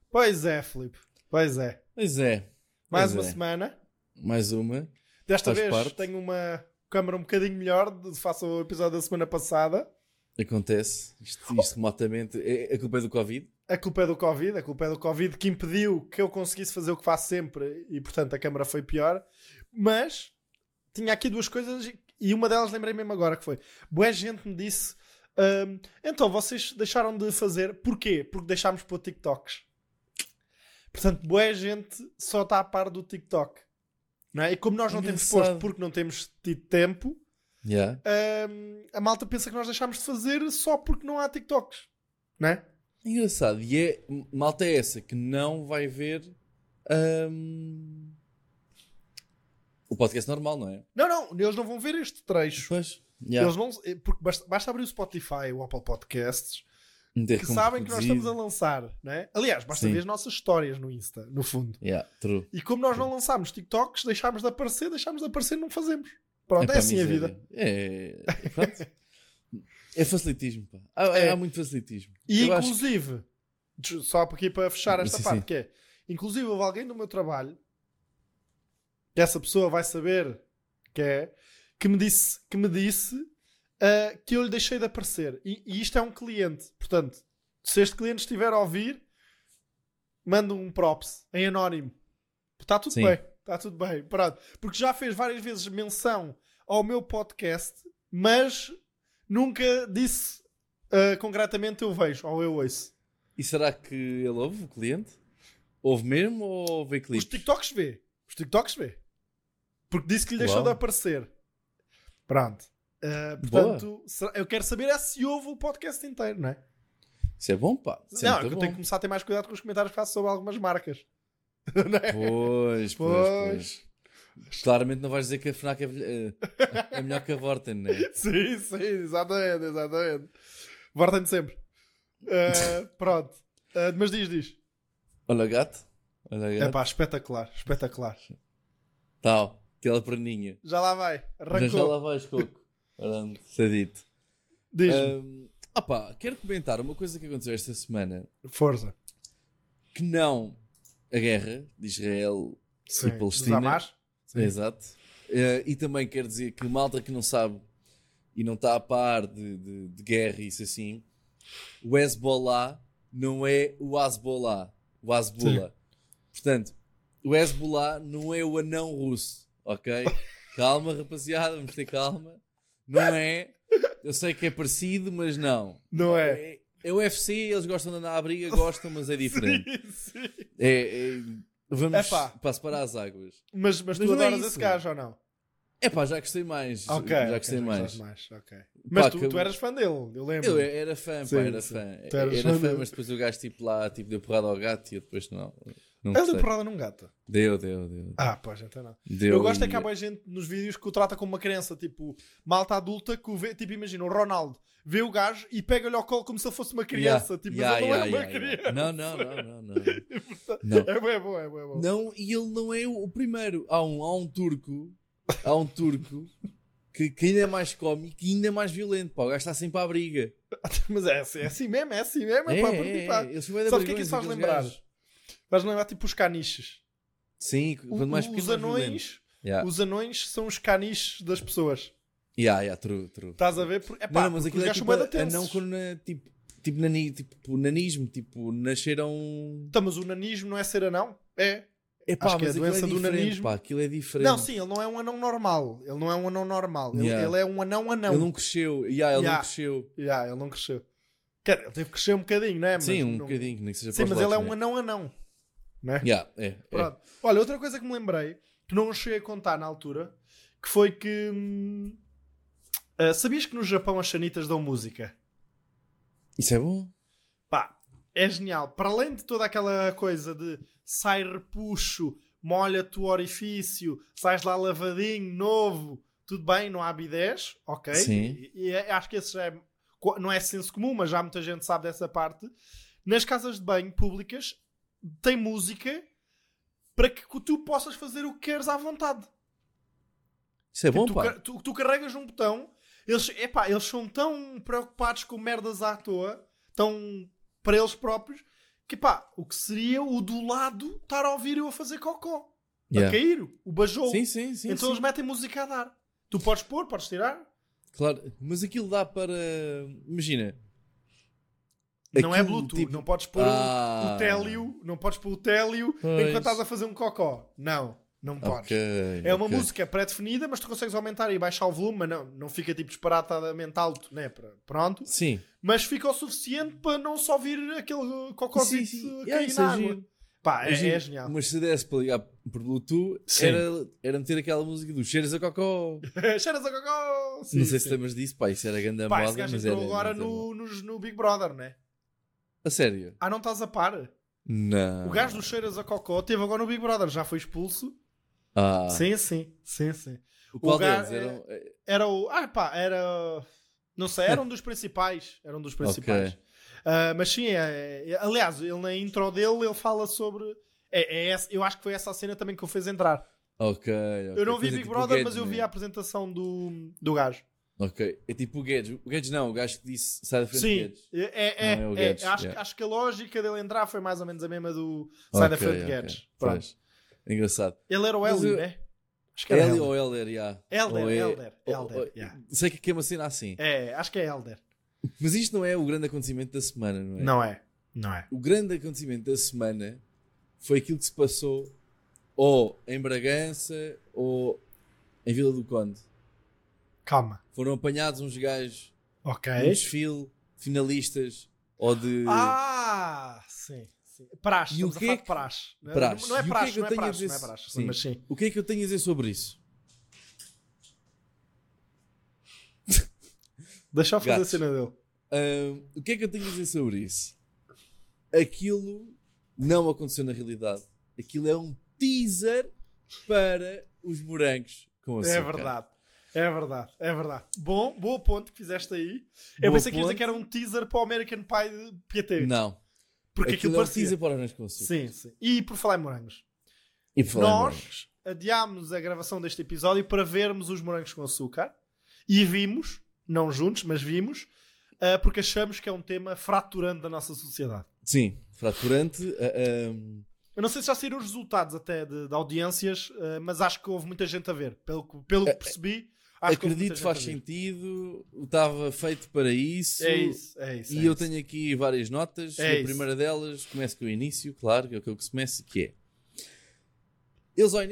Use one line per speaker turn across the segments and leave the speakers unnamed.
Pois é, Filipe. Pois é.
Pois é.
Mais
Pois
uma
é.
semana.
Mais uma.
Desta
Faz
vez
parte.
tenho uma câmara um bocadinho melhor face ao episódio da semana passada.
Acontece. Isto remotamente. A culpa é do Covid.
A culpa é do Covid. A culpa é do Covid que impediu que eu conseguisse fazer o que faço sempre e, portanto, a câmara foi pior. Mas tinha aqui duas coisas e uma delas lembrei mesmo agora que foi. Boa gente me disse então vocês deixaram de fazer. Porquê? Porque deixámos pôr TikToks. Portanto, boa gente só está a par do TikTok. Não é? E como nós não temos posto porque não temos tido tempo,
Yeah.
a malta pensa que nós deixámos de fazer só porque não há TikToks. Não é?
Engraçado. E malta é essa que não vai ver o podcast normal, não é?
Não, eles não vão ver este trecho.
Pois. Yeah.
Eles não, porque basta abrir o Spotify, o Apple Podcasts,
Ter
que
como
sabem que nós estamos a
produzido.
lançar. Não é? Aliás, basta
Sim.
ver as nossas histórias no Insta, no fundo.
Yeah, true.
E como nós não lançámos TikToks, deixámos de aparecer, não fazemos. Pronto, é
Epá,
assim a
miséria.
vida.
Pronto. É facilitismo, pá. Há muito facilitismo.
E
Eu acho
inclusive, só aqui para fechar esta
Sim,
parte,
sim.
que é, inclusive houve alguém do meu trabalho, que essa pessoa vai saber que me disse que eu lhe deixei de aparecer. E isto é um cliente. Portanto, se este cliente estiver a ouvir, manda um props em anónimo. Está tudo
Sim.
bem. Está tudo bem. Pronto. Porque já fez várias vezes menção ao meu podcast, mas nunca disse concretamente eu vejo ou eu ouço.
E será que ele ouve, o cliente? Ouve mesmo ou vê
Os
clipes?
TikToks vê. Porque disse que lhe deixou
Uau.
de aparecer. Pronto. Portanto, eu quero saber se ouve o podcast inteiro, não é?
Isso é bom, pá. Isso
Não,
é
é que
muito
eu
bom.
tenho que começar a ter mais cuidado com os comentários que faço sobre algumas marcas. Não é?
Pois. Claramente não vais dizer que a FNAC é melhor que a Vorten, não é?
Sim, exatamente. Vortem sempre. Pronto. Mas diz.
Olha gato.
É pá, espetacular.
Tal. Aquela perninha.
Já lá vai.
Já
Arrancou.
lá vais, Coco. Pronto, sadito.
Diz-me.
Quero comentar uma coisa que aconteceu esta semana.
Força.
Que não a guerra de Israel
Sim.
e
Dos
Palestina.
Hamas? Sim.
Exato. E também quero dizer que malta que não sabe e não está a par de guerra e isso assim, o Hezbollah não é o Hezbollah. O Hezbollah. Portanto, o Hezbollah não é o anão russo. Ok? Calma, rapaziada. Vamos ter calma. Não é. Eu sei que é parecido, mas não.
Não é.
É o UFC, eles gostam de andar à briga, gostam, mas é diferente.
Sim.
Vamos
Epá.
para separar as águas.
Mas
Mas
tu
não é
adoras
isso.
esse gajo ou não?
Já gostei mais.
Ok.
Já gostei mais.
Ok. Mas
Pá,
tu eras fã dele, eu lembro.
Eu era fã,
Sim,
pá, era
sim.
fã.
Tu eras
Era
fã
fã,
dele.
mas depois o gajo deu porrada ao gato e eu depois não
Ele
gostei.
deu porrada num gato.
Deu.
Ah, pois, então não.
Deu
Eu gosto é
e-
que há mais gente nos vídeos que o trata como uma criança, tipo, malta adulta que o vê, tipo, imagina, o Ronaldo vê o gajo e pega-lhe ao colo como se ele fosse uma criança, tipo, mas ele não é uma criança.
Não.
Portanto,
Não.
É bem bom.
Não, e ele não é o primeiro. Há um turco que ainda é mais cómico e ainda é mais violento. Pá, o gajo está sempre à briga.
Mas é assim mesmo, pá, porque, pá,
Eles são bué da
sabe o que é que
brigões,
isso faz
aqueles
lembrar?
gajos.
Faz lembrar, tipo, os caniches.
Sim, quanto mais pequeno,
Os
mais violento.
anões,
Yeah.
os anões são os caniches das pessoas.
True.
Estás a ver? É pá,
Não, mas
porque
aquilo
os
é
gajos
tipo
são bué da tensos.
anão quando tipo nanismo, tipo, nasceram...
Então, mas o nanismo não é ser anão? É.
Epá,
Acho que é
mas
a
aquilo é
doença do
diferente,
nanismo.
pá, aquilo é diferente.
Não, sim, ele não é um anão normal. Ele não é um anão normal.
Yeah.
Ele é um anão.
Ele não cresceu. Ele não cresceu.
Ele não cresceu. Quer, ele teve que crescer um bocadinho, não é? Mas
Sim,
não...
bocadinho, nem que seja
Sim,
para os
mas ele é
lados,
um
né?
anão. Não é?
É.
Pronto. Olha, outra coisa que me lembrei, que não cheguei a contar na altura, que foi que... sabias que no Japão as sanitas dão música?
Isso é bom.
Pá, é genial. Para além de toda aquela coisa de sai repuxo, molha-te o orifício, sais lá lavadinho, novo, tudo bem, não há bidés, ok?
Sim.
E acho que esse já é, não é senso comum, mas já muita gente sabe dessa parte. Nas casas de banho públicas tem música para que tu possas fazer o que queres à vontade.
Isso é bom,
tu,
pá.
tu carregas um botão, eles são tão preocupados com merdas à toa, tão para eles próprios, que pá, o que seria o do lado estar a ouvir eu a fazer cocó. A
Yeah.
cair, o bajou.
Sim,
Então eles
sim.
metem música a dar. Tu podes pôr, podes tirar.
Claro, mas aquilo dá para... Imagina.
Não é
aquilo,
Bluetooth,
tipo-
não podes pôr
Ah.
o télio, não podes pôr o télio
Pois.
enquanto estás a fazer um cocó. Não podes.
Ok,
É uma
ok.
música pré-definida, mas tu consegues aumentar e baixar o volume, mas não fica tipo disparatadamente alto, né? Pronto.
Sim.
Mas fica o suficiente para não só vir aquele cocózito
Sim.
a
Yeah,
cair
isso
na
é
água.
giro.
Pá, é
Giro.
genial.
Mas se desse para ligar por Bluetooth,
Sim.
era meter aquela música do Cheiras a Cocó.
Cheiras a cocó!
Não sei se lembras disso, pá, isso era grande
Pá, esse
moda,
gajo
mas
entrou
era...
agora
mas era-
no Big Brother, né?
A sério?
Ah, não estás a par?
Não.
O gajo do Cheiras a cocó teve agora no Big Brother, já foi expulso.
Ah.
Sim.
O qual
o gajo
deles? Era...
era o... Ah, pá, era... Não sei, era um dos principais.
Ok.
Mas sim, aliás, ele na intro dele, ele fala sobre... eu acho que foi essa a cena também que o fez entrar.
Ok.
Eu não vi
Pois é
Big
tipo o
Brother,
Guedes,
mas eu vi
né?
a apresentação do gajo.
Ok. É tipo o Guedes. O Guedes não, o gajo que disse sai da frente
Sim,
Guedes.
não
é o Guedes, yeah.
acho que a lógica dele entrar foi mais ou menos a mesma do Sai da
Ok,
Frente
ok.
Guedes. Pronto.
Pois. Engraçado.
Ele era o
Mas
Hélio,
eu-
né? Acho que era
Hélio
Hélio.
ou Helder, yeah.
Helder,
Ou é-
Helder,
ou-
Helder, yeah.
Sei que é uma cena assim.
Acho que é Helder.
Mas isto não é o grande acontecimento da semana, não é?
Não é.
O grande acontecimento da semana foi aquilo que se passou ou em Bragança ou em Vila do Conde.
Calma.
Foram apanhados uns gajos
Ok.
num desfile, finalistas ou de...
Sim. Praxe,
E o
estamos a
que
falar
é
de praxe.
Praxe.
Não é
E o que é
praxe,
que eu
não é
tenho a
praxe,
dizer-
não é praxe.
Sim.
Mas sim.
O que é que eu tenho a dizer sobre isso?
Deixa eu fazer
Gatos.
a cena dele.
O que é que eu tenho a dizer sobre isso? Aquilo não aconteceu na realidade. Aquilo é um teaser para os morangos com açúcar.
É verdade. Bom ponto que fizeste aí. Eu
Bom
pensei que ia dizer
ponto.
que era um teaser para o American Pie de PT.
Não.
Porque aquilo
Aquilo é um
parecia.
teaser para os morangos com açúcar.
Sim. E por falar em morangos.
E por falar em morangos.
Nós adiámos a gravação deste episódio para vermos os morangos com açúcar. E vimos, não juntos, mas vimos, porque achamos que é um tema fraturante da nossa sociedade.
Sim, fraturante.
Eu não sei se já saíram os resultados até de audiências, mas acho que houve muita gente a ver. Pelo que percebi, acho que houve muita
Acredito que
gente
faz
a ver.
sentido. Estava feito para isso.
É isso.
E eu tenho aqui várias notas.
É
A
isso.
primeira delas começa com o início, claro, que é o que eu começo, que é. Eles ao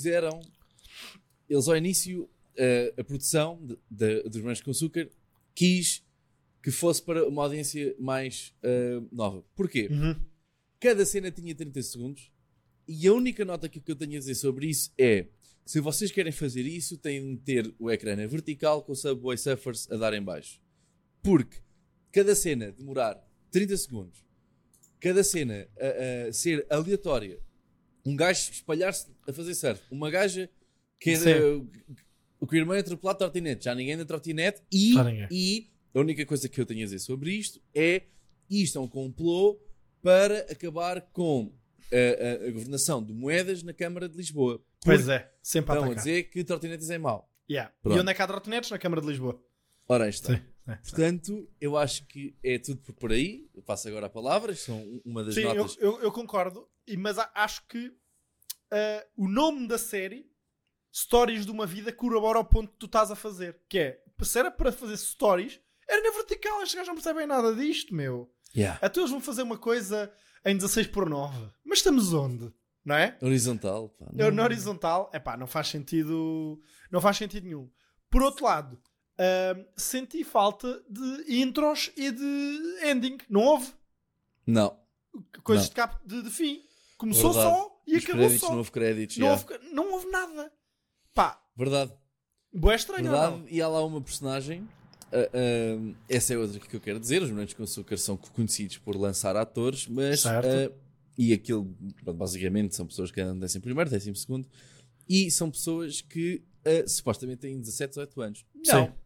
início, a produção dos Morangos com Açúcar quis que fosse para uma audiência mais nova. Porquê?
Uhum.
Cada cena tinha 30 segundos e a única nota que eu tenho a dizer sobre isso é: se vocês querem fazer isso, têm de ter o ecrã na vertical com o Subway Surfers a dar em baixo. Porque cada cena demorar 30 segundos, cada cena a ser aleatória, um gajo espalhar-se a fazer surf, uma gaja que era o que o irmão é atropelado de trotinete, já ninguém anda trotinete
Já ninguém.
e a única coisa que eu tenho a dizer sobre isto é: isto é um complô para acabar com a governação de moedas na Câmara de Lisboa.
Pois é, sempre a
Estão a
atacar.
dizer que trotinetes é mau.
Yeah. E
Pronto.
onde é que há trotinetes? Na Câmara de Lisboa.
Ora, aí está.
Sim.
Portanto, eu acho que é tudo por aí. Eu passo agora a palavra. São uma das
Sim,
notas.
eu concordo, mas acho que o nome da série, Stories de uma Vida, corrobora ao ponto que tu estás a fazer. Que é, se era para fazer stories, era na vertical. Estes gajos não percebem nada disto, meu.
Yeah.
Até eles vão fazer uma coisa em 16:9. Mas estamos onde? Não é?
Horizontal. Pá.
Na horizontal, não faz sentido. Não faz sentido nenhum. Por outro lado, senti falta de intros e de ending. Não houve
Não.
coisas
Não.
de cabo de fim. Começou
Verdade.
só e
Os
acabou
créditos,
só.
não houve créditos.
Não,
yeah.
não houve nada. Pá,
Verdade.
boa estranho ou
Verdade.
não?
E há lá uma personagem. Essa é outra que eu quero dizer. Os Morangos com Açúcar são conhecidos por lançar atores, mas
Certo.
e aquilo basicamente são pessoas que andam no 11º, 12º e são pessoas que supostamente têm 17, 18 anos. Não.
Sim.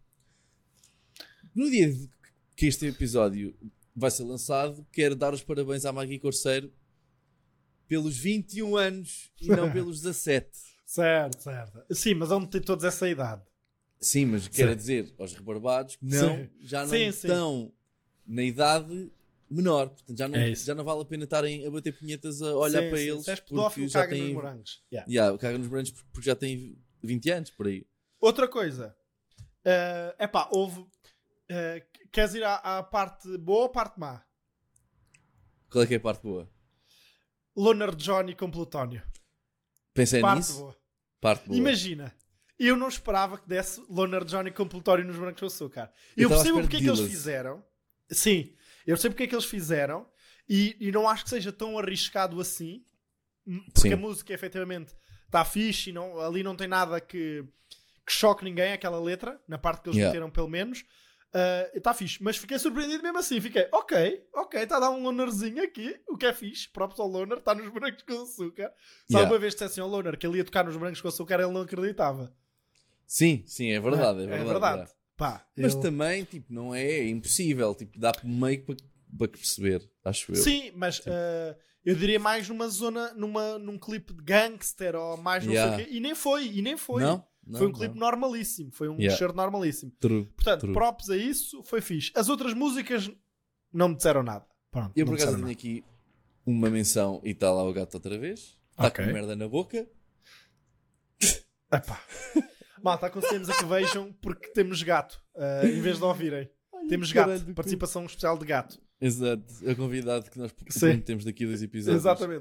No dia que este episódio vai ser lançado, quero dar os parabéns à Maggie Corseiro pelos 21 anos e não pelos 17.
Certo. Sim, mas onde tem todos essa idade?
Sim, mas quero dizer aos rebarbados que
Sim.
já não
Sim.
estão na idade menor. Portanto,
É isso.
já não vale a pena estarem a bater punhetas a olhar
Sim,
para
sim.
eles.
Se és
Porque
pedófilo,
já
caga nos
têm.
morangos. Yeah.
Yeah, caga nos morangos porque já têm 20 anos por aí.
Outra coisa. Houve... queres ir à parte boa ou à parte má?
Qual é que é a parte boa?
Loner Johnny com Plutónio.
Pensei
Parte
nisso.
boa.
Parte boa.
Imagina, eu não esperava que desse Loner Johnny com Plutónio nos Brancos com Açúcar.
Eu
Eu
estava à
percebo
espera
porque é
de
que eles
Dillas.
fizeram. Sim, eu percebo porque é que eles fizeram e não acho que seja tão arriscado assim, porque
Sim.
a música efetivamente está fixe e ali não tem nada que choque ninguém, aquela letra, na parte que eles
Yeah.
meteram pelo menos. Está fixe, mas fiquei surpreendido mesmo assim. Fiquei, ok, está a dar um lonerzinho aqui, o que é fixe, próprio ao loner, está nos Brancos com Açúcar. Se
Yeah.
alguma vez dissessem ao loner que ele ia tocar nos Brancos com Açúcar, ele não acreditava.
Sim, é verdade.
É
É verdade.
verdade. Pá,
Mas
ele-
também, tipo, não é impossível. Tipo, dá meio para perceber, acho eu.
Sim, mas eu diria mais numa zona, num clipe de gangster ou mais não
Yeah.
sei o quê. E nem foi.
Não?
Foi um clipe normalíssimo. Foi um
Yeah.
cheiro normalíssimo.
True.
Portanto,
True.
props a isso, foi fixe. As outras músicas não me disseram nada. Pronto,
Eu
não
por
me
acaso
disseram
tenho aqui uma menção e está lá o gato outra vez. Está
Ok.
com merda na boca.
nada. Epá. Malta, aconselhamos a que vejam porque temos gato. Em vez de ouvirem. Temos
caralho
gato.
do cu.
Participação especial de gato.
Exato. A convidado que nós
Sim.
temos daqui a 2 episódios.
Exatamente.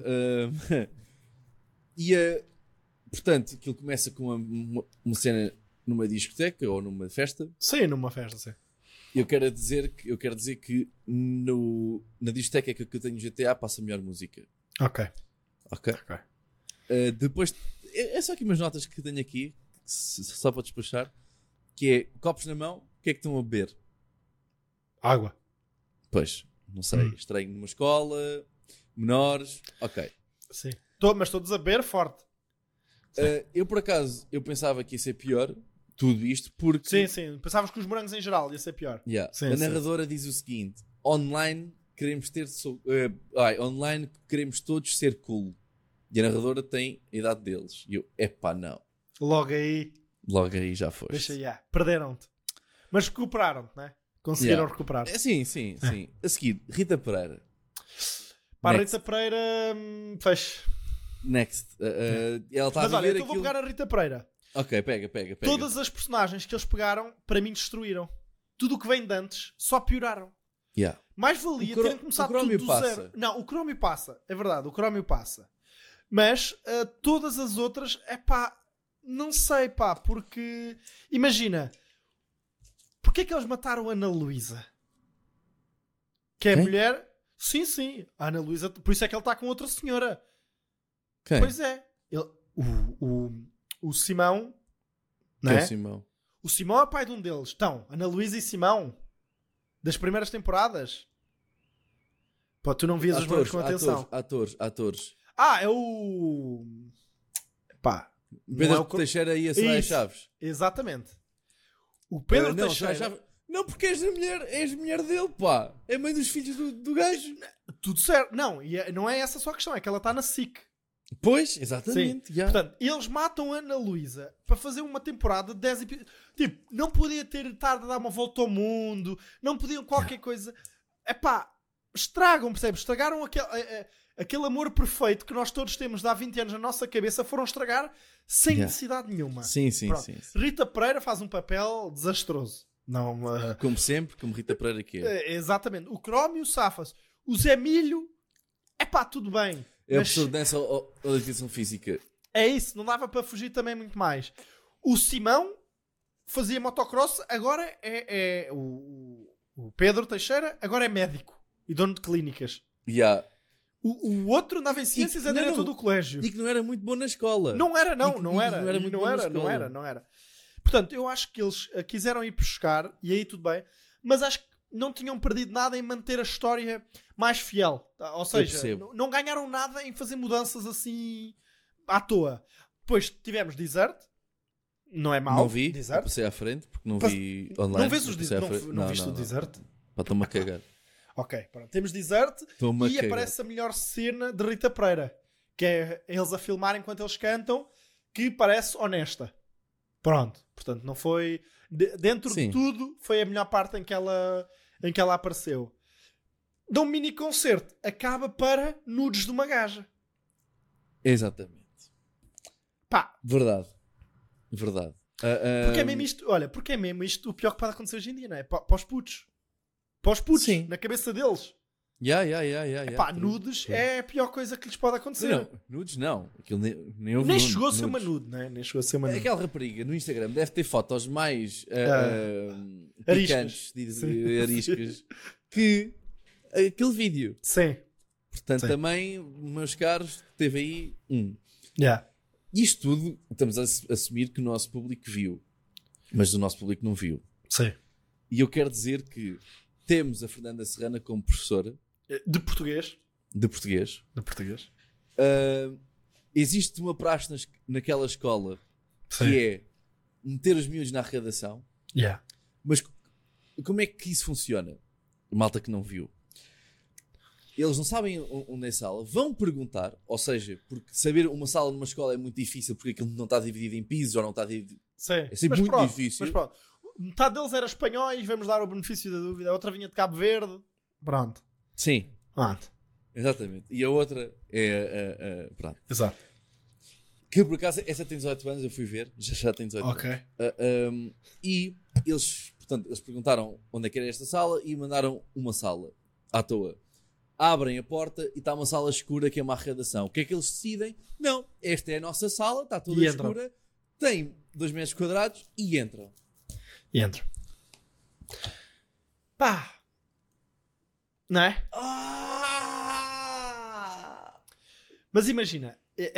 Portanto, aquilo começa com uma cena numa discoteca ou numa festa.
Sim, numa festa, sim.
Eu quero dizer que na discoteca que eu tenho GTA passa a melhor música.
Ok.
Ok? Depois, é só aqui umas notas que tenho aqui, só para despachar, que é copos na mão, o que é que estão a beber?
Água.
Pois, não sei, estranho numa escola, menores, ok.
Sim. Mas todos a beber forte.
Eu por acaso, eu pensava que ia ser pior, tudo isto, porque
Sim, sim. Pensavas que os morangos em geral ia ser pior.
Yeah,
Sim,
a
sim.
narradora diz o seguinte: online queremos online queremos todos ser cool. E a narradora tem a idade deles. E eu, epá, não.
Logo aí,
Logo aí já foste.
deixa aí. Perderam-te. Mas recuperaram-te, né? Conseguiram
Yeah.
recuperar.
Sim. A seguir, Rita Pereira.
Para a
Next.
Rita Pereira, fecha.
Next. Ela está
Mas
a
olha,
viver
então vou
aquilo.
pegar a Rita Pereira.
Ok, pega.
Todas as personagens que eles pegaram, para mim, destruíram. Tudo o que vem de antes, só pioraram.
Yeah.
Mais valia terem começado
o Crómio
tudo do
passa.
zero. Não, o Crómio passa. É verdade, o Crómio passa. Mas todas as outras, é pá, não sei, pá, porque... Imagina, porque é que eles mataram a Ana Luísa? Que é a
Quem?
mulher... Sim, a Ana Luísa, por isso é que ele está com outra senhora.
Quem?
Pois é. O Simão, não
Quem é
é?
o Simão?
O Simão é pai de um deles. Então, Ana Luísa e Simão, das primeiras temporadas. Pô, tu não vias os nomes com atenção.
Atores.
Ah, é o... Pá. não
Pedro
é o...
Teixeira e a Soraya
Isso.
Chaves.
Exatamente. O Pedro
não,
Teixeira...
Soraya Chaves. Não, porque és mulher dele, pá. É mãe dos filhos do gajo.
Tudo certo. Não, não é essa só a questão. É que ela está na SIC.
Pois, exatamente.
Sim.
já.
Portanto, eles matam a Ana Luísa para fazer uma temporada de 10 episódios. Tipo, não podia ter estado a dar uma volta ao mundo. Não podiam qualquer coisa... Epá, estragam, percebes? Estragaram aquele amor perfeito que nós todos temos de há 20 anos na nossa cabeça. Foram estragar sem necessidade nenhuma.
Sim.
Pronto. Rita Pereira faz um papel desastroso. Não,
Como sempre, como Rita Pereira que é.
exatamente. O Crómio safa-se. O Zé Milho, epá, tudo bem.
É a
Mas
professor de dança ou da educação física.
é isso, não dava para fugir também muito mais. O Simão fazia motocross, agora o Pedro Teixeira, agora é médico e dono de clínicas.
Yeah.
O outro andava em ciências, é
não,
diretor
não.
do colégio.
E que não era muito bom na escola.
Não era.
muito bom na escola.
Não era. Portanto, eu acho que eles quiseram ir buscar, e aí tudo bem, mas acho que não tinham perdido nada em manter a história mais fiel. Ou seja, não ganharam nada em fazer mudanças assim à toa. Depois tivemos Desert, não é mau.
Não vi,
Desert.
passei à frente porque não vi online.
Não vês os
passei à
Desert?
frente.
Não viste o Desert?
Pá, estou-me a cagar.
Ok, pronto. Temos Desert
Estou-me a
e
cagar.
aparece a melhor cena de Rita Pereira, que é eles a filmar enquanto eles cantam, que parece honesta. Pronto. Portanto, não foi... Dentro
Sim.
de tudo, foi a melhor parte em que ela apareceu. dá um mini concerto, acaba para nudes de uma gaja.
Exatamente.
Pá,
Verdade.
porque é mesmo isto, olha, porque é mesmo isto o pior que pode acontecer hoje em dia, não é? Para os putos. Para os putos,
Sim.
na cabeça deles. Pá, nudes é a pior coisa que lhes pode acontecer.
Não, nudes não. Aquilo nem houve
Nem
nudes.
chegou a ser uma nude, não é? Nem chegou a ser uma nude.
Aquela rapariga no Instagram deve ter fotos mais
Ariscas.
picantes,
Sim.
ariscas, que aquele vídeo.
Sim.
Portanto,
Sim.
também, meus caros, teve aí
Yeah.
Isto tudo, estamos a assumir que o nosso público viu. Mas o nosso público não viu.
Sim.
E eu quero dizer que temos a Fernanda Serrana como professora
De português.
de português.
De português.
Existe uma praxe naquela escola que é meter os miúdos na redação.
Yeah.
Mas como é que isso funciona? Malta que não viu. Eles não sabem onde é a sala, vão perguntar, ou seja, porque saber uma sala numa escola é muito difícil porque aquilo não está dividido em pisos ou não está dividido.
Sim.
É sempre muito difícil.
Mas pronto. Metade deles era espanhóis, vamos dar o benefício da dúvida. A outra vinha de Cabo Verde. Pronto.
Sim,
Pronto.
exatamente. E a outra é pronto.
Exato.
Que por acaso, essa tem 18 anos, eu fui ver, já tem 18
Ok.
anos. E eles perguntaram onde é que era esta sala e mandaram uma sala à toa. Abrem a porta e está uma sala escura que é uma redação. O que é que eles decidem? Não, esta é a nossa sala, está toda
E entram.
escura, tem 2 metros quadrados e entram.
E entro. Pá. Não é? Mas imagina.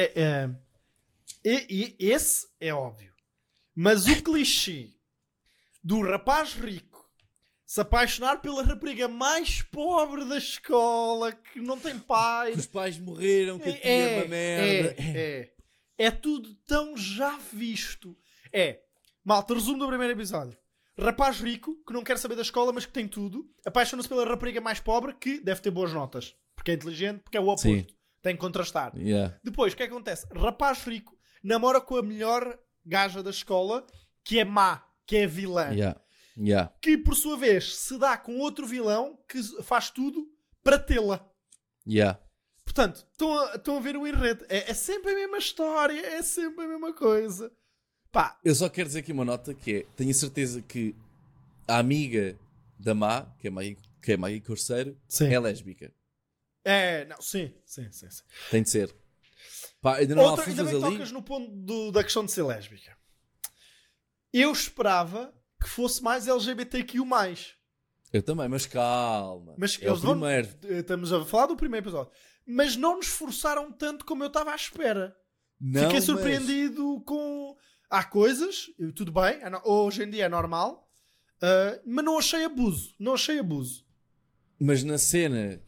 Esse é óbvio. Mas o clichê do rapaz rico se apaixonar pela rapariga mais pobre da escola, que não tem pai.
Que os pais morreram, que a tia é uma merda.
É tudo tão já visto. Malta, resumo do primeiro episódio. Rapaz rico, que não quer saber da escola, mas que tem tudo, apaixona-se pela rapariga mais pobre, que deve ter boas notas. Porque é inteligente, porque é o oposto.
Sim.
Tem que contrastar.
Yeah.
Depois, o que acontece? Rapaz rico namora com a melhor gaja da escola, que é má, que é vilã.
Yeah.
Que, por sua vez, se dá com outro vilão que faz tudo para tê-la.
Yeah.
Portanto, estão a ver o enredo. É sempre a mesma história, é sempre a mesma coisa. Pá.
Eu só quero dizer aqui uma nota que é, tenho a certeza que a amiga da Má, que é Maggie Corseiro,
Sim.
é lésbica.
Não, sim.
Tem de ser. Pá, ainda não há
Ainda
fusas
bem que
ali.
tocas no ponto da questão de ser lésbica. Eu esperava que fosse mais LGBTQ+.
Eu também, mas calma.
Mas
é o
eles vão-
primeiro.
Estamos a falar do primeiro episódio. Mas não nos forçaram tanto como eu estava à espera.
Não,
Fiquei
mas-
surpreendido com... Há coisas, tudo bem, hoje em dia é normal, mas não achei abuso.
Mas na cena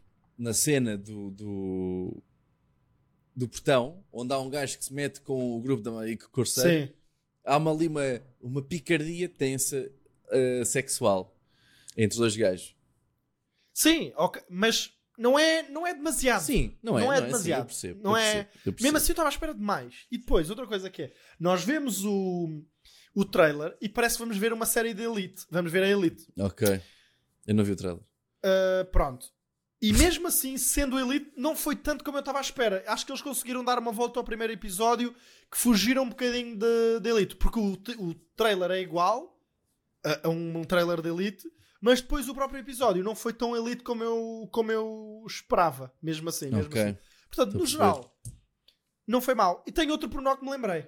do portão, onde há um gajo que se mete com o grupo da Maggie Corseiro,
Sim.
há ali uma picardia tensa sexual entre os dois gajos.
Sim, ok, mas não é demasiado.
Sim, não
é
assim,
demasiado.
eu percebo,
Não
eu
é...
percebo, eu percebo.
Mesmo assim eu estava à espera de mais. E depois, outra coisa que é, nós vemos o trailer e parece que vamos ver uma série de Elite. Vamos ver a Elite.
Ok. Eu não vi o trailer.
Pronto. E mesmo assim, sendo Elite, não foi tanto como eu estava à espera. Acho que eles conseguiram dar uma volta ao primeiro episódio que fugiram um bocadinho de Elite. Porque o trailer é igual a um trailer de Elite, mas depois o próprio episódio não foi tão Elite como eu esperava. Mesmo assim.
Ok.
Assim. Portanto,
Estou
no
a
geral, não foi mal. E tem outro pormenor que me lembrei.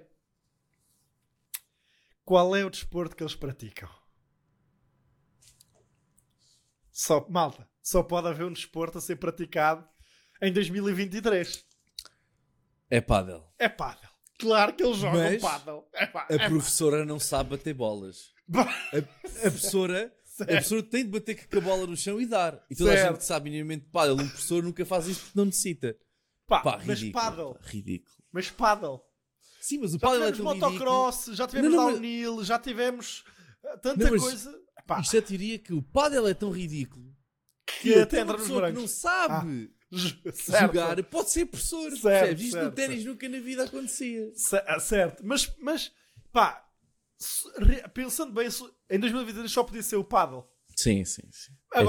Qual é o desporto que eles praticam? Malta, só pode haver um desporto a ser praticado em 2023.
É pádel.
É pádel. Claro que eles jogam
Mas
pádel.
A professora não sabe bater bolas. A professora tem de bater com a bola no chão e dar. E toda a
Certo.
gente sabe minimamente de pádel. Um professor nunca faz isso porque não necessita. Pá,
Mas
ridículo.
pádel.
Pá, ridículo.
Mas pádel.
Sim, mas o
Já
pádel é
tivemos
tão
motocross, já tivemos
Não, mas-
downhill, já tivemos tanta
Não, mas
coisa. Pá,
Isto é teoria que o pádel é tão ridículo
que
que
até
até uma
entra nos
pessoa que
brancos.
não sabe
Certo.
jogar pode ser professor.
Certo,
Percebes? Isto
certo,
no ténis nunca na vida acontecia.
Certo. Mas pá, pensando bem, em 2023 só podia ser o pádel.
Sim.
Agora,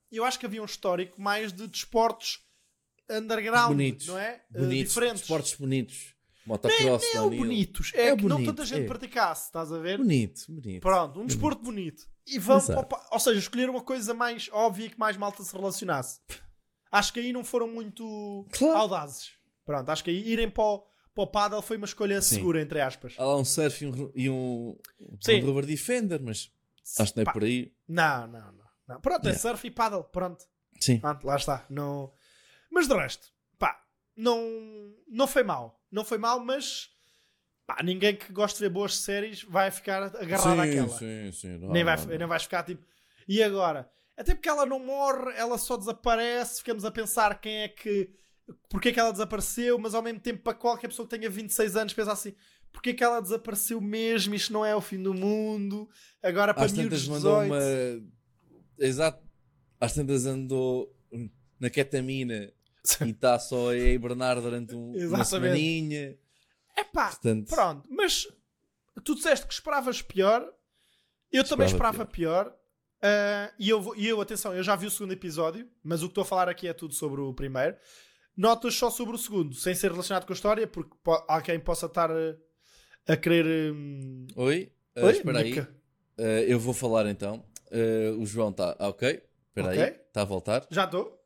eu acho que havia um histórico mais de desportos underground,
Bonitos.
não é?
Bonitos.
Diferentes.
Desportos bonitos. Motocross,
Nem é o
downhill.
bonitos. É, que não
bonito,
tanta gente praticasse, estás a ver?
Bonito.
Pronto, um desporto bonito. E vão
Exato.
ou seja, escolher uma coisa mais óbvia que mais malta se relacionasse. Acho que aí não foram muito
Claro.
audazes. Pronto, acho que aí irem para o paddle foi uma escolha
Sim.
segura, entre aspas.
Há lá um surf e um
Sim.
rubber defender, mas acho que não é
Pá,
por aí.
Não. Pronto, é
Yeah.
surf e paddle, pronto.
Sim.
Pronto, lá está. Não... Mas de resto, pá, não foi mal. Não foi mal, mas pá, ninguém que goste de ver boas séries vai ficar agarrado àquela.
Sim.
Nem vais ficar tipo... E agora? Até porque ela não morre, ela só desaparece, ficamos a pensar quem é que... Porque é que ela desapareceu, mas ao mesmo tempo para qualquer pessoa que tenha 26 anos pensa assim, porque é que ela desapareceu mesmo, isto não é o fim do mundo, agora para
Às
miúdos
tantas
de
mandou
18...
uma... Exato. Às tantas andou na ketamina e está só a hibernar durante uma
Exatamente.
semaninha.
Epá,
Portanto-
pronto, mas tu disseste que esperavas pior, eu também esperava pior. E eu, atenção, eu já vi o segundo episódio, mas o que estou a falar aqui é tudo sobre o primeiro. Notas só sobre o segundo, sem ser relacionado com a história, porque alguém possa estar a querer.
Oi?
Oi,
Espera aí.
Nica?
Eu vou falar então. O João está... ok. Espera
Ok.
aí. Está a voltar.
Já estou.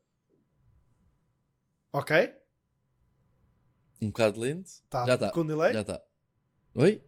Ok.
Um bocado lento.
Tá
Já está.
com delay?
Já está. Oi?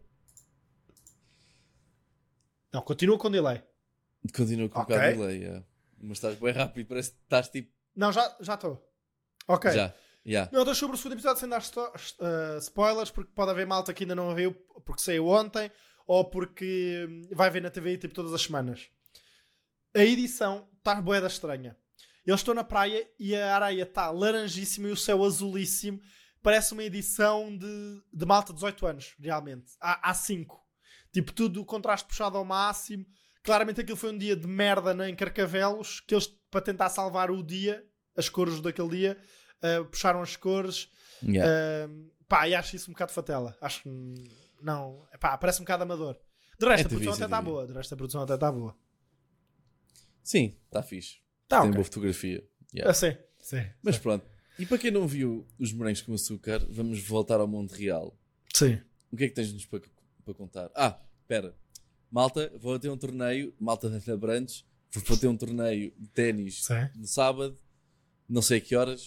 Não, continua com delay.
Continua com
Ok.
um bocado de delay. Mas estás bem rápido. Parece que estás tipo...
Não, já estou. Ok.
Já.
Notas sobre o segundo episódio sem dar spoilers, porque pode haver malta que ainda não viu porque saiu ontem ou porque vai ver na TV tipo todas as semanas. A edição está bué estranha. Eles estão na praia e a areia está laranjíssima e o céu azulíssimo. Parece uma edição de malta de 18 anos, realmente. Há 5. Tipo, tudo o contraste puxado ao máximo. Claramente aquilo foi um dia de merda em Carcavelos, que eles, para tentar salvar o dia, as cores daquele dia, puxaram as cores.
Yeah.
Pá, e acho isso um bocado fatela. Acho que não... Pá, parece um bocado amador. De resto, a
TV,
produção até está boa.
Sim, está fixe.
Tá,
Tem
ok.
boa fotografia. Yeah.
Sim.
Mas pronto. E para quem não viu os morangos com açúcar, vamos voltar ao mundo real.
Sim.
O que é que tens-nos para contar? Espera. Malta, vou ter um torneio. Malta de Abrantes. Vou ter um torneio de ténis
Sim.
no sábado. Não sei a que horas.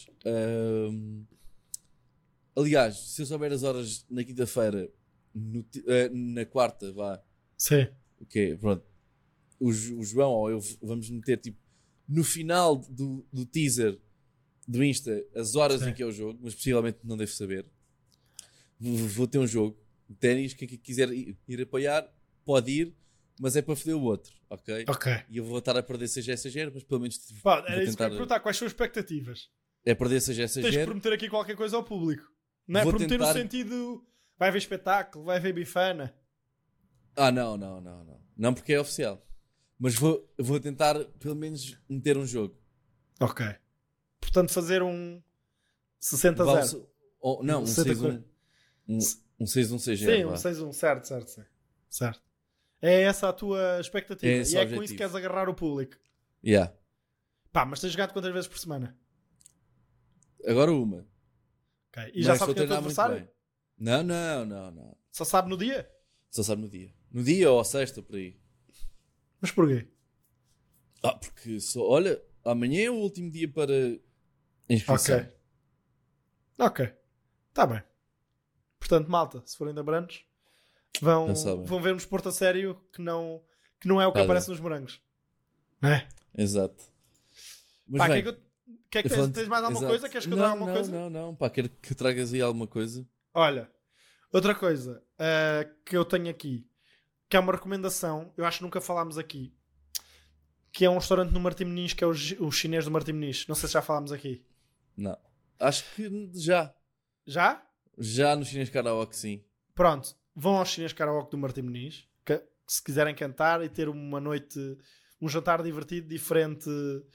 Aliás, se eu souber as horas na quinta-feira, na quarta, vá.
Sim.
Ok, pronto. O João ou eu vamos meter tipo no final do teaser do Insta as horas
Sim.
em que é o jogo, mas possivelmente não devo saber. Vou ter um jogo de ténis, quem quiser ir apoiar pode ir, mas é para foder o outro, ok?
Ok.
E eu vou estar a perder seja essa gera, mas pelo menos
Pá,
vou
era isso que eu ia
tentar...
perguntar. Quais são as expectativas?
É perder seja essa
Tens que
gera.
prometer aqui qualquer coisa ao público. Não é
Vou
prometer
tentar-
no sentido... Vai ver espetáculo, vai ver bifana.
Não. Não porque é oficial. Mas vou tentar pelo menos meter um jogo.
Ok. Portanto, fazer um 60-0.
Não, um
60.
6-1. Um 6-1
Sim,
CGR.
um 6-1. Certo. É essa a tua expectativa.
É esse
e
o
é com isso
objetivo.
que queres agarrar o público.
Yeah.
Pá, mas tens jogado quantas vezes por semana?
Agora uma.
Ok. E já
Mas
sabes quem é o teu
treinar muito
adversário?
bem. Não.
Só sabe no dia?
Só sabe no dia. No dia ou à sexta, por aí.
Mas porquê?
Porque olha, amanhã é o último dia para inscrição.
Ok. Tá bem. Portanto, malta, se forem de Abrantes, vão ver um desporto a sério que não é o que aparece nos morangos. Não é?
Exato. Mas
Pá,
bem,
que é que tens mais alguma coisa? Queres que eu traga alguma coisa?
Não. Pá, quero que tragas aí alguma coisa.
Olha, outra coisa que eu tenho aqui, que é uma recomendação, eu acho que nunca falámos aqui, que é um restaurante no Martim Moniz, que é o chinês do Martim Moniz. Não sei se já falámos aqui.
Não. Acho que já.
Já?
Já no chinês karaoke, sim.
Pronto, vão ao chinês karaoke do Martim Moniz, que se quiserem cantar e ter uma noite, um jantar divertido, diferente,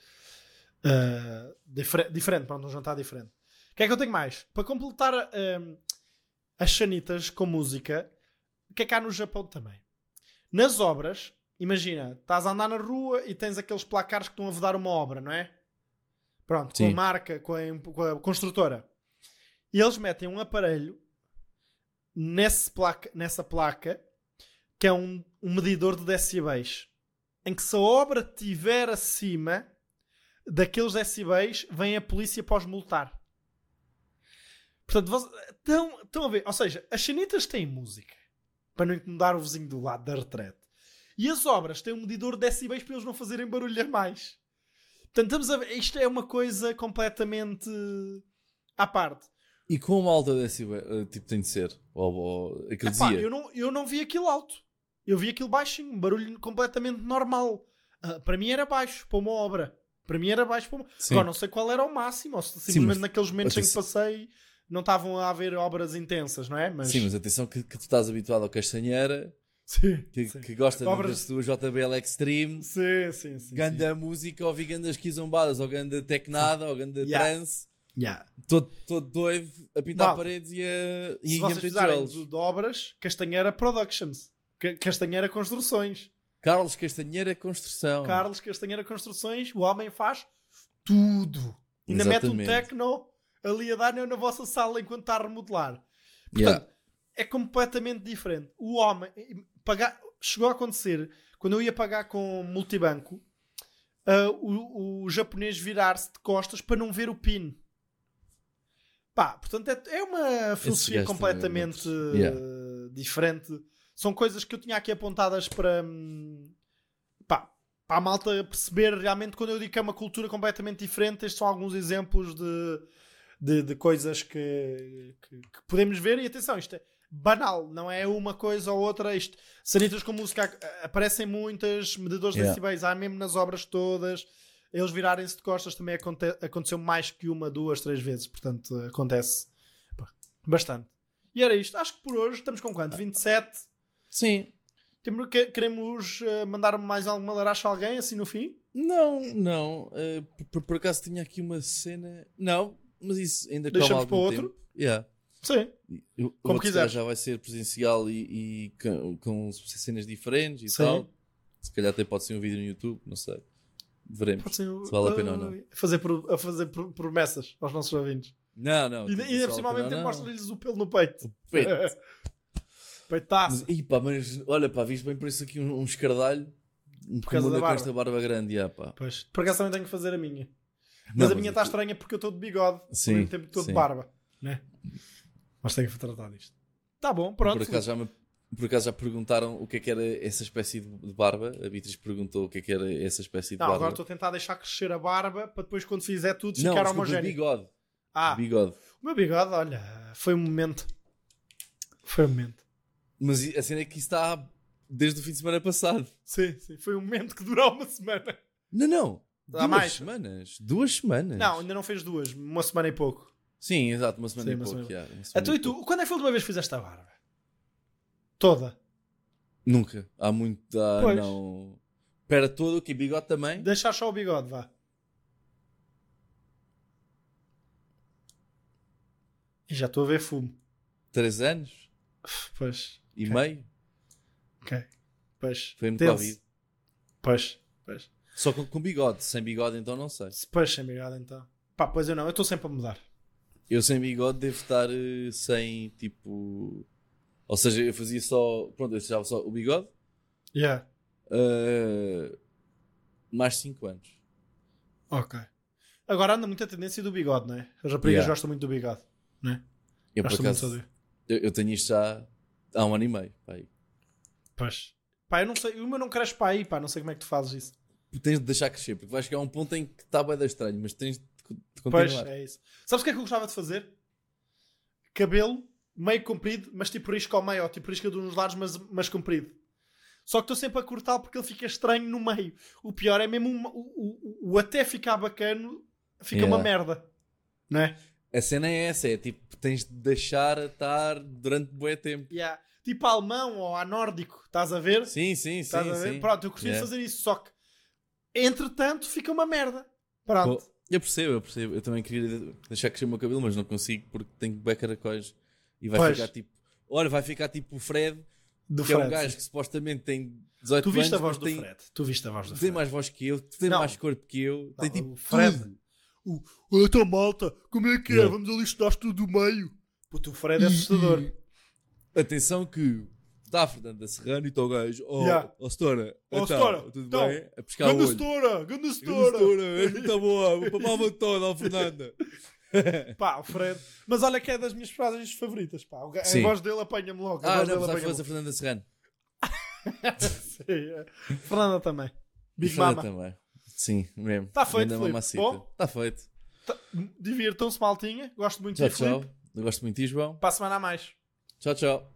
pronto, um jantar diferente. O que é que eu tenho mais? Para completar as sanitas com música, o que é que há no Japão também? Nas obras, imagina, estás a andar na rua e tens aqueles placares que estão a vedar uma obra, não é? Pronto, com
Sim.
a marca, com a construtora. E eles metem um aparelho nessa placa que é um medidor de decibéis, em que se a obra estiver acima daqueles decibéis, vem a polícia para os multar. Portanto, estão a ver? Ou seja, as sanitas têm música para não incomodar o vizinho do lado da retrete. E as obras têm um medidor de decibéis para eles não fazerem barulho a mais. Portanto, estamos a ver, isto é uma coisa completamente à parte.
E como alta desse tipo tem de ser? Ou aquilo dizia?
Eu não vi aquilo alto. Eu vi aquilo baixinho, um barulho completamente normal. Para mim era baixo, para uma obra. Para mim era baixo para uma... Agora não sei qual era o máximo, ou se simplesmente
mas
naqueles momentos em que passei não estavam a haver obras intensas, não é? Mas...
Sim, mas atenção que tu estás habituado ao Castanheira,
sim.
que gosta das tuas JBL Extreme,
sim.
ganda música, ou vi gandas quizombadas, ou ganda tecnada, ou ganda trance, todo doido a pintar paredes e a
se vocês fizerem de obras, Castanheira Productions, Castanheira Construções,
Carlos Castanheira Construção,
Carlos Castanheira Construções, o homem faz tudo. Ainda mete um techno ali a dar na vossa sala enquanto está a remodelar. Portanto, é completamente diferente. O homem chegou a acontecer quando eu ia pagar com multibanco, o japonês virar-se de costas para não ver o PIN. Portanto é uma filosofia completamente diferente. São coisas que eu tinha aqui apontadas para a malta perceber realmente. Quando eu digo que é uma cultura completamente diferente, estes são alguns exemplos de coisas que podemos ver. E atenção, isto é banal, não é uma coisa ou outra. Sanitas com música aparecem muitas, medidores de decibéis há mesmo nas obras todas. Eles virarem-se de costas também aconteceu mais que 1, 2, 3 vezes. Portanto, acontece bastante. E era isto. Acho que por hoje estamos com quanto? 27?
Sim.
Queremos mandar mais alguma laracha a alguém assim no fim?
Não. Por acaso tinha aqui uma cena. Não, mas isso ainda calma algum
para outro?
Tempo.
Sim. Como quiser.
Já vai ser presencial e com cenas diferentes e
Sim.
tal. Se calhar até pode ser um vídeo no YouTube, não sei. Veremos se vale a pena ou não.
A fazer promessas aos nossos ouvintes.
Não.
E principalmente mostra-lhes o pelo no peito.
Peito.
Peitaço.
Mas olha, viste bem por isso aqui um escardalho.
Por causa da barba.
Com esta barba grande,
Pois. Por acaso também tenho que fazer a minha. Mas a minha está estranha porque eu estou de bigode.
Sim.
Ao mesmo tempo que estou de barba. Né? Mas tenho que tratar disto. Tá bom, pronto.
Por acaso já perguntaram o que é que era essa espécie de barba. A Beatriz perguntou o que é que era essa espécie de barba.
Agora estou a tentar deixar crescer a barba para depois quando fizer tudo ficar homogéneo.
Bigode.
Bigode. O meu bigode, olha, foi um momento.
Mas a cena é que isso está desde o fim de semana passado.
Sim. Foi um momento que durou uma semana.
Não.
Há mais
semanas. 2 semanas.
Não, ainda não fez 2. Uma semana e pouco.
Sim, exato. Uma semana e pouco.
E tu, quando é que foi a última vez que fizeste a barba? Toda?
Nunca. Há muito. Não. Espera todo, que bigode também.
Deixar só o bigode, vá. E já estou a ver fumo.
3 anos?
Pois.
E meio?
Ok. Pois.
Foi no Covid.
Pois.
Só com bigode. Sem bigode então não sei.
Pois, sem bigode então. Pois eu não. Eu estou sempre a mudar.
Eu sem bigode devo estar sem tipo... Ou seja, eu fazia só... Pronto, eu deixava só o bigode. Mais 5 anos.
Ok. Agora anda muita tendência do bigode, não é? As raparigas gostam muito do bigode, não é?
Eu por acaso... Eu tenho isto já há 1 ano e meio.
Pois. Eu não sei. O meu não cresce para aí, não sei como é que tu fazes isso.
Tens de deixar crescer, porque vais chegar a um ponto em que está bem estranho, mas tens de continuar.
Pois, é isso. Sabes o que é que eu gostava de fazer? Cabelo meio comprido, mas tipo risco ao meio, ou tipo risco de uns lados, mas comprido. Só que estou sempre a cortar porque ele fica estranho no meio. O pior é mesmo o até ficar bacano, fica uma merda. Não é?
A cena é essa, é tipo, tens de deixar estar durante bué tempo.
Tipo alemão ou a nórdico, estás a ver?
Sim.
Estás a ver? Pronto, eu gostaria de fazer isso, só que entretanto fica uma merda. Pronto.
Eu percebo. Eu também queria deixar crescer o meu cabelo, mas não consigo porque tenho bué caracóis. E vai ficar tipo... Olha, vai ficar tipo o Fred
Do
que é um
Fred,
gajo
sim.
que supostamente tem 18
Tu viste
anos,
a voz
mas
do
tem,
Fred. Tu viste a voz do
tem
Fred.
mais voz que eu, tem
Não.
mais corpo que eu,
Não,
tem tipo
o Fred.
tudo.
Então, malta, como é que é?
Yeah.
Vamos ali estudar tudo do meio. Puto, o Fred é assustador.
Atenção que está a Fernanda Serrano e está o gajo,
Yeah.
Setora,
Oh,
então,
Setora,
tudo
então,
bem? A pescar o
Ganda
olho.
setora, ganda
Grande
setora.
Setora, és muito boa, vou para a toda, ó Fernanda.
Pá, o Fred. Mas olha que é das minhas frases favoritas, pá. A
Sim.
voz dele apanha-me logo. A
Ah,
voz
não,
dele
pensava que
apanha-me
fosse a Fernanda Serrano.
Sim, é. Fernanda também. Big
Fernanda
Mama.
também. Sim, mesmo.
Tá feito,
Grande
Filipe.
mamacita.
Bom?
Está feito.
Divirtam-se, maltinha. Gosto muito
Tchau,
de ti, Filipe.
tchau. Eu gosto muito de ti, João.
Para a semana a mais.
Tchau, tchau.